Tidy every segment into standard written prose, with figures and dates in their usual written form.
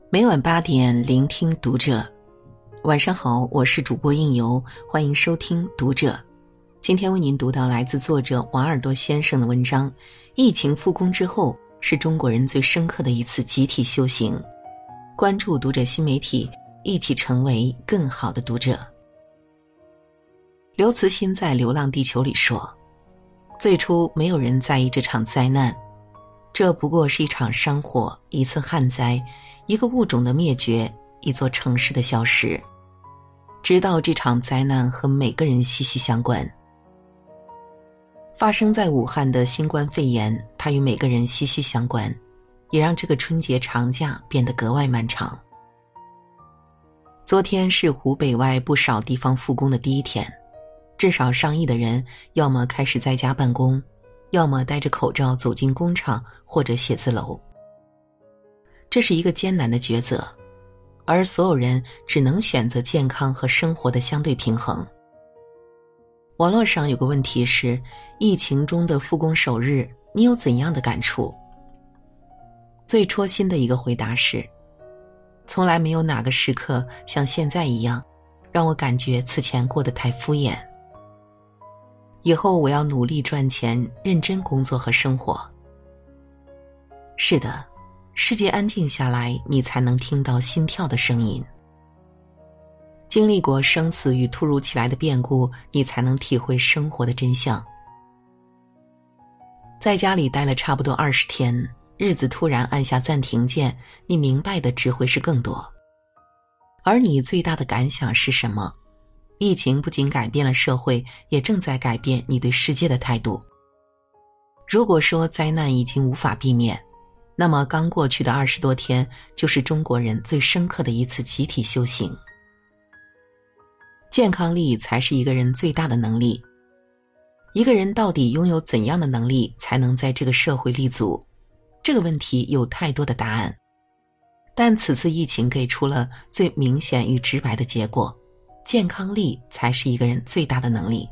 每晚8点聆听读者。晚上好，我是主播应由，欢迎收听读者。今天为您读到来自作者王耳朵先生的文章，疫情复工之后是中国人最深刻的一次集体修行。关注读者新媒体，一起成为更好的读者。刘慈欣在《流浪地球》里说，最初没有人在意这场灾难，这不过是一场山火，一次旱灾，一个物种的灭绝，一座城市的消失。直到这场灾难和每个人息息相关。发生在武汉的新冠肺炎，它与每个人息息相关，也让这个春节长假变得格外漫长。昨天是湖北外不少地方复工的第一天，至少上亿的人要么开始在家办公，要么戴着口罩走进工厂或者写字楼。这是一个艰难的抉择，而所有人只能选择健康和生活的相对平衡。网络上有个问题是，疫情中的复工首日，你有怎样的感触？最戳心的一个回答是，从来没有哪个时刻像现在一样，让我感觉此前过得太敷衍。以后我要努力赚钱，认真工作和生活。是的，世界安静下来，你才能听到心跳的声音。经历过生死与突如其来的变故，你才能体会生活的真相。在家里待了差不多20天，日子突然按下暂停键，你明白的只会是更多。而你最大的感想是什么？疫情不仅改变了社会，也正在改变你对世界的态度。如果说灾难已经无法避免，那么刚过去的20多天就是中国人最深刻的一次集体修行。健康力才是一个人最大的能力。一个人到底拥有怎样的能力才能在这个社会立足？这个问题有太多的答案，但此次疫情给出了最明显与直白的结果，健康力才是一个人最大的能力。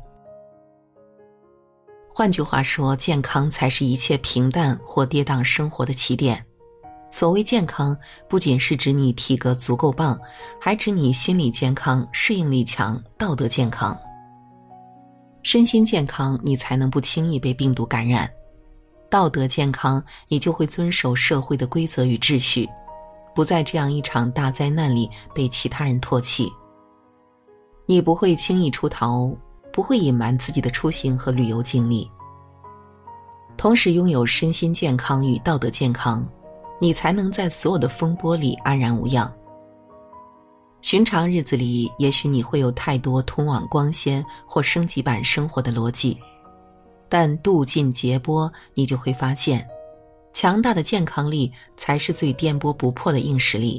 换句话说，健康才是一切平淡或跌宕生活的起点。所谓健康，不仅是指你体格足够棒，还指你心理健康、适应力强、道德健康。身心健康，你才能不轻易被病毒感染；道德健康，你就会遵守社会的规则与秩序，不在这样一场大灾难里被其他人唾弃。你不会轻易出逃，不会隐瞒自己的出行和旅游经历。同时拥有身心健康与道德健康，你才能在所有的风波里安然无恙。寻常日子里，也许你会有太多通往光鲜或升级版生活的逻辑，但渡尽劫波，你就会发现，强大的健康力才是最颠簸不破的硬实力。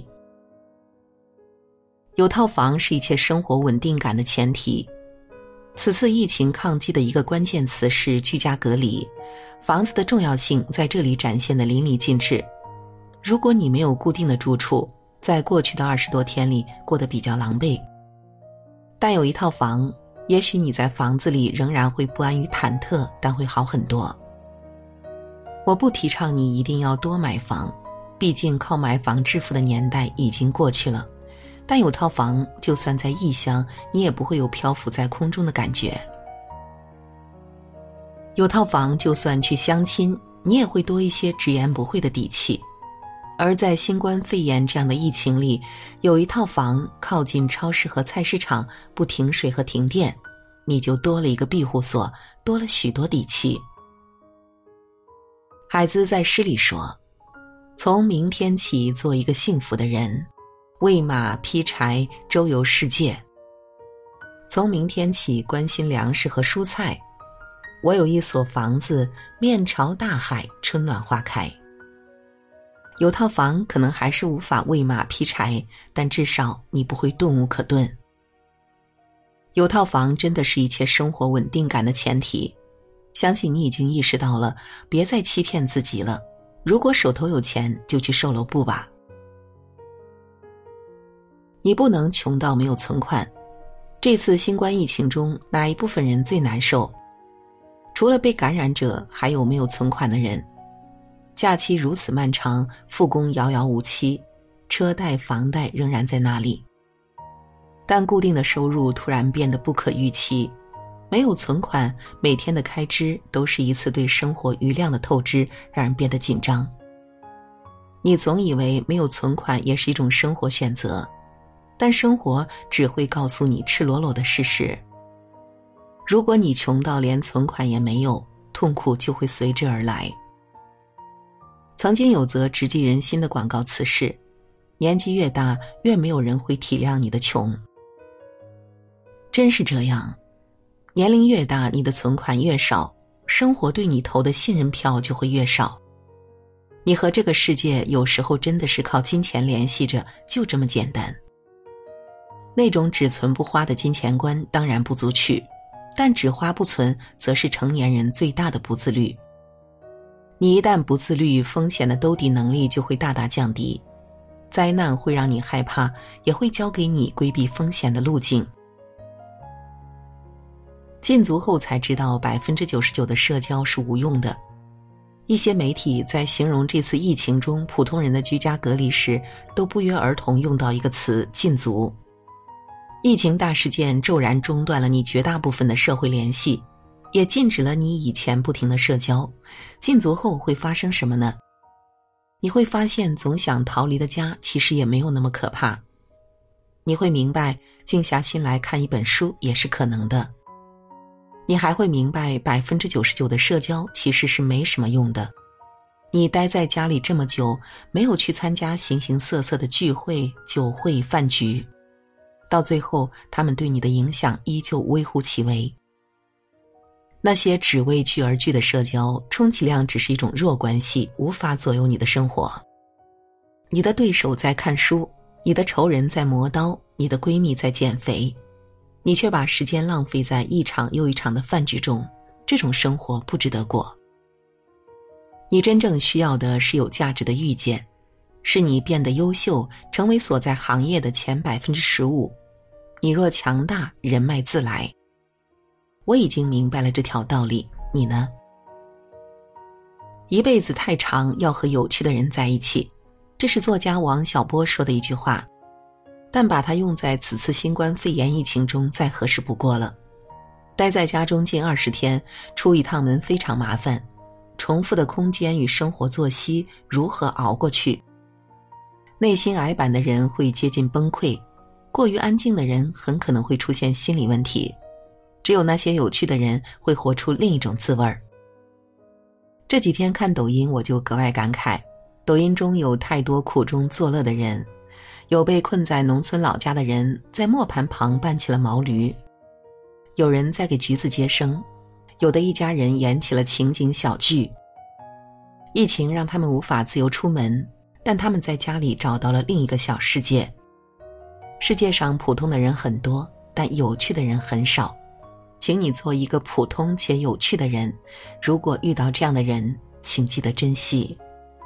有套房是一切生活稳定感的前提。此次疫情抗击的一个关键词是居家隔离，房子的重要性在这里展现得淋漓尽致。如果你没有固定的住处，在过去的20多天里过得比较狼狈，但有一套房，也许你在房子里仍然会不安与忐忑，但会好很多。我不提倡你一定要多买房，毕竟靠买房致富的年代已经过去了。但有套房，就算在异乡，你也不会有漂浮在空中的感觉。有套房，就算去相亲，你也会多一些直言不讳的底气。而在新冠肺炎这样的疫情里，有一套房靠近超市和菜市场，不停水和停电，你就多了一个庇护所，多了许多底气。海子在诗里说，从明天起做一个幸福的人，喂马劈柴，周游世界。从明天起关心粮食和蔬菜，我有一所房子，面朝大海，春暖花开。有套房可能还是无法喂马劈柴，但至少你不会遁无可遁。有套房真的是一切生活稳定感的前提，相信你已经意识到了，别再欺骗自己了。如果手头有钱，就去售楼部吧。你不能穷到没有存款。这次新冠疫情中，哪一部分人最难受？除了被感染者，还有没有存款的人。假期如此漫长，复工遥遥无期， 车贷、房贷仍然在那里。但固定的收入突然变得不可预期，没有存款，每天的开支都是一次对生活余量的透支，让人变得紧张。你总以为没有存款也是一种生活选择，但生活只会告诉你赤裸裸的事实。如果你穷到连存款也没有，痛苦就会随之而来。曾经有则直击人心的广告词是：年纪越大，越没有人会体谅你的穷。真是这样，年龄越大，你的存款越少，生活对你投的信任票就会越少。你和这个世界有时候真的是靠金钱联系着，就这么简单。那种只存不花的金钱观当然不足取，但只花不存则是成年人最大的不自律。你一旦不自律，风险的兜底能力就会大大降低，灾难会让你害怕，也会教给你规避风险的路径。禁足后才知道99%的社交是无用的。一些媒体在形容这次疫情中普通人的居家隔离时，都不约而同用到一个词：禁足。疫情大事件骤然中断了你绝大部分的社会联系，也禁止了你以前不停的社交。禁足后会发生什么呢？你会发现总想逃离的家其实也没有那么可怕。你会明白静下心来看一本书也是可能的。你还会明白99%的社交其实是没什么用的。你待在家里这么久，没有去参加形形色色的聚会、酒会、饭局，到最后他们对你的影响依旧微乎其微。那些只为聚而聚的社交，充其量只是一种弱关系，无法左右你的生活。你的对手在看书，你的仇人在磨刀，你的闺蜜在减肥，你却把时间浪费在一场又一场的饭局中，这种生活不值得过。你真正需要的是有价值的遇见，是你变得优秀，成为所在行业的前15%。你若强大，人脉自来。我已经明白了这条道理，你呢？一辈子太长，要和有趣的人在一起，这是作家王小波说的一句话，但把它用在此次新冠肺炎疫情中再合适不过了。待在家中近20天，出一趟门非常麻烦，重复的空间与生活作息如何熬过去？内心矮板的人会接近崩溃，过于安静的人很可能会出现心理问题。只有那些有趣的人会活出另一种滋味儿。这几天看抖音，我就格外感慨，抖音中有太多苦中作乐的人，有被困在农村老家的人在磨盘旁搬起了毛驴，有人在给橘子接生，有的一家人演起了情景小剧。疫情让他们无法自由出门，但他们在家里找到了另一个小世界。世界上普通的人很多，但有趣的人很少。请你做一个普通且有趣的人，如果遇到这样的人，请记得珍惜。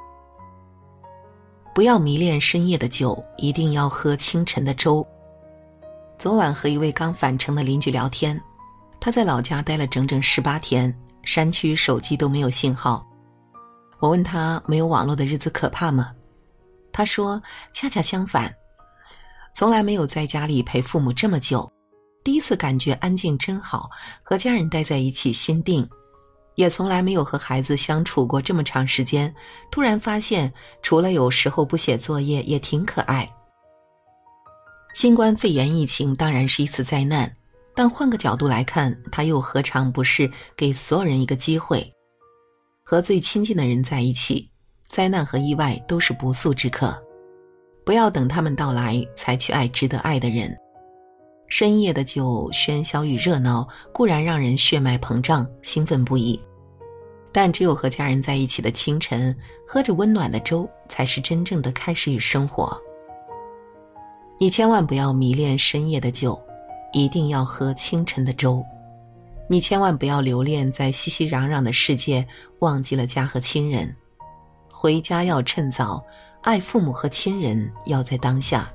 不要迷恋深夜的酒，一定要喝清晨的粥。昨晚和一位刚返程的邻居聊天，他在老家待了整整18天，山区手机都没有信号。我问他没有网络的日子可怕吗？他说恰恰相反，从来没有在家里陪父母这么久，第一次感觉安静真好，和家人待在一起心定，也从来没有和孩子相处过这么长时间，突然发现除了有时候不写作业也挺可爱。新冠肺炎疫情当然是一次灾难，但换个角度来看，它又何尝不是给所有人一个机会？和最亲近的人在一起，灾难和意外都是不速之客，不要等他们到来才去爱值得爱的人。深夜的酒，喧嚣与热闹固然让人血脉膨胀，兴奋不已，但只有和家人在一起的清晨，喝着温暖的粥，才是真正的开始与生活。你千万不要迷恋深夜的酒，一定要喝清晨的粥。你千万不要留恋在熙熙攘攘的世界，忘记了家和亲人。回家要趁早，爱父母和亲人要在当下。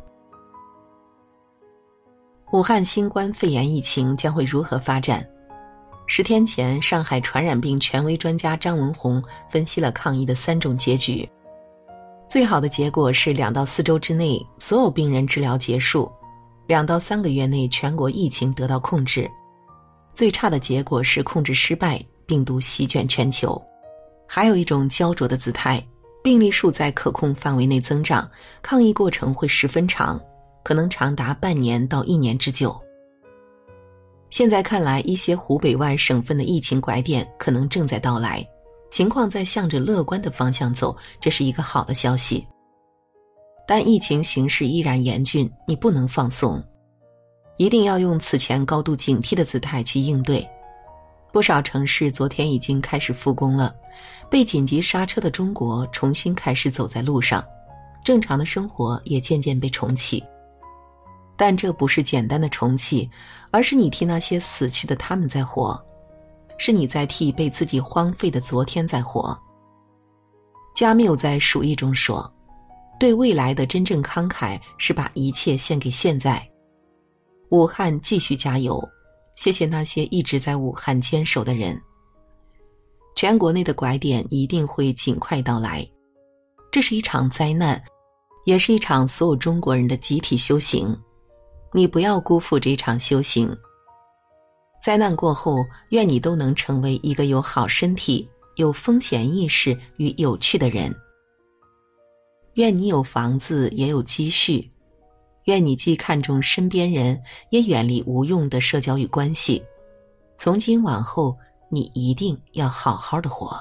武汉新冠肺炎疫情将会如何发展？10天前，上海传染病权威专家张文宏分析了抗疫的3种结局。 最好的结果是2到4周之内所有病人治疗结束，2到3个月内全国疫情得到控制。最差的结果是控制失败，病毒席卷全球。还有一种焦灼的姿态，病例数在可控范围内增长，抗疫过程会十分长，可能长达半年到1年之久。现在看来，一些湖北外省份的疫情拐点可能正在到来，情况在向着乐观的方向走，这是一个好的消息。但疫情形势依然严峻，你不能放松，一定要用此前高度警惕的姿态去应对。不少城市昨天已经开始复工了，被紧急刹车的中国重新开始走在路上，正常的生活也渐渐被重启。但这不是简单的重启，而是你替那些死去的他们在活，是你在替被自己荒废的昨天在活。加缪在《鼠疫》中说，对未来的真正慷慨是把一切献给现在。武汉继续加油，谢谢那些一直在武汉坚守的人。全国内的拐点一定会尽快到来，这是一场灾难，也是一场所有中国人的集体修行。你不要辜负这场修行。灾难过后，愿你都能成为一个有好身体、有风险意识与有趣的人。愿你有房子也有积蓄，愿你既看重身边人，也远离无用的社交与关系。从今往后，你一定要好好的活。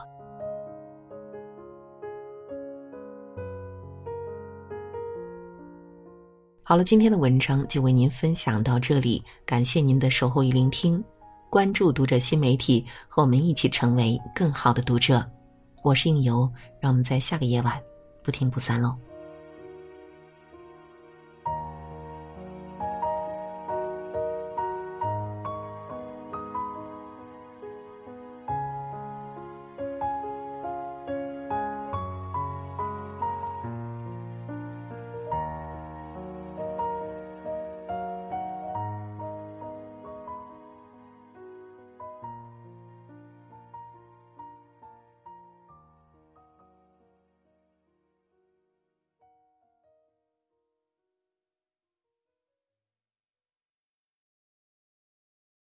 好了，今天的文章就为您分享到这里，感谢您的守候与聆听。关注读者新媒体，和我们一起成为更好的读者。我是应由，让我们在下个夜晚不听不散喽。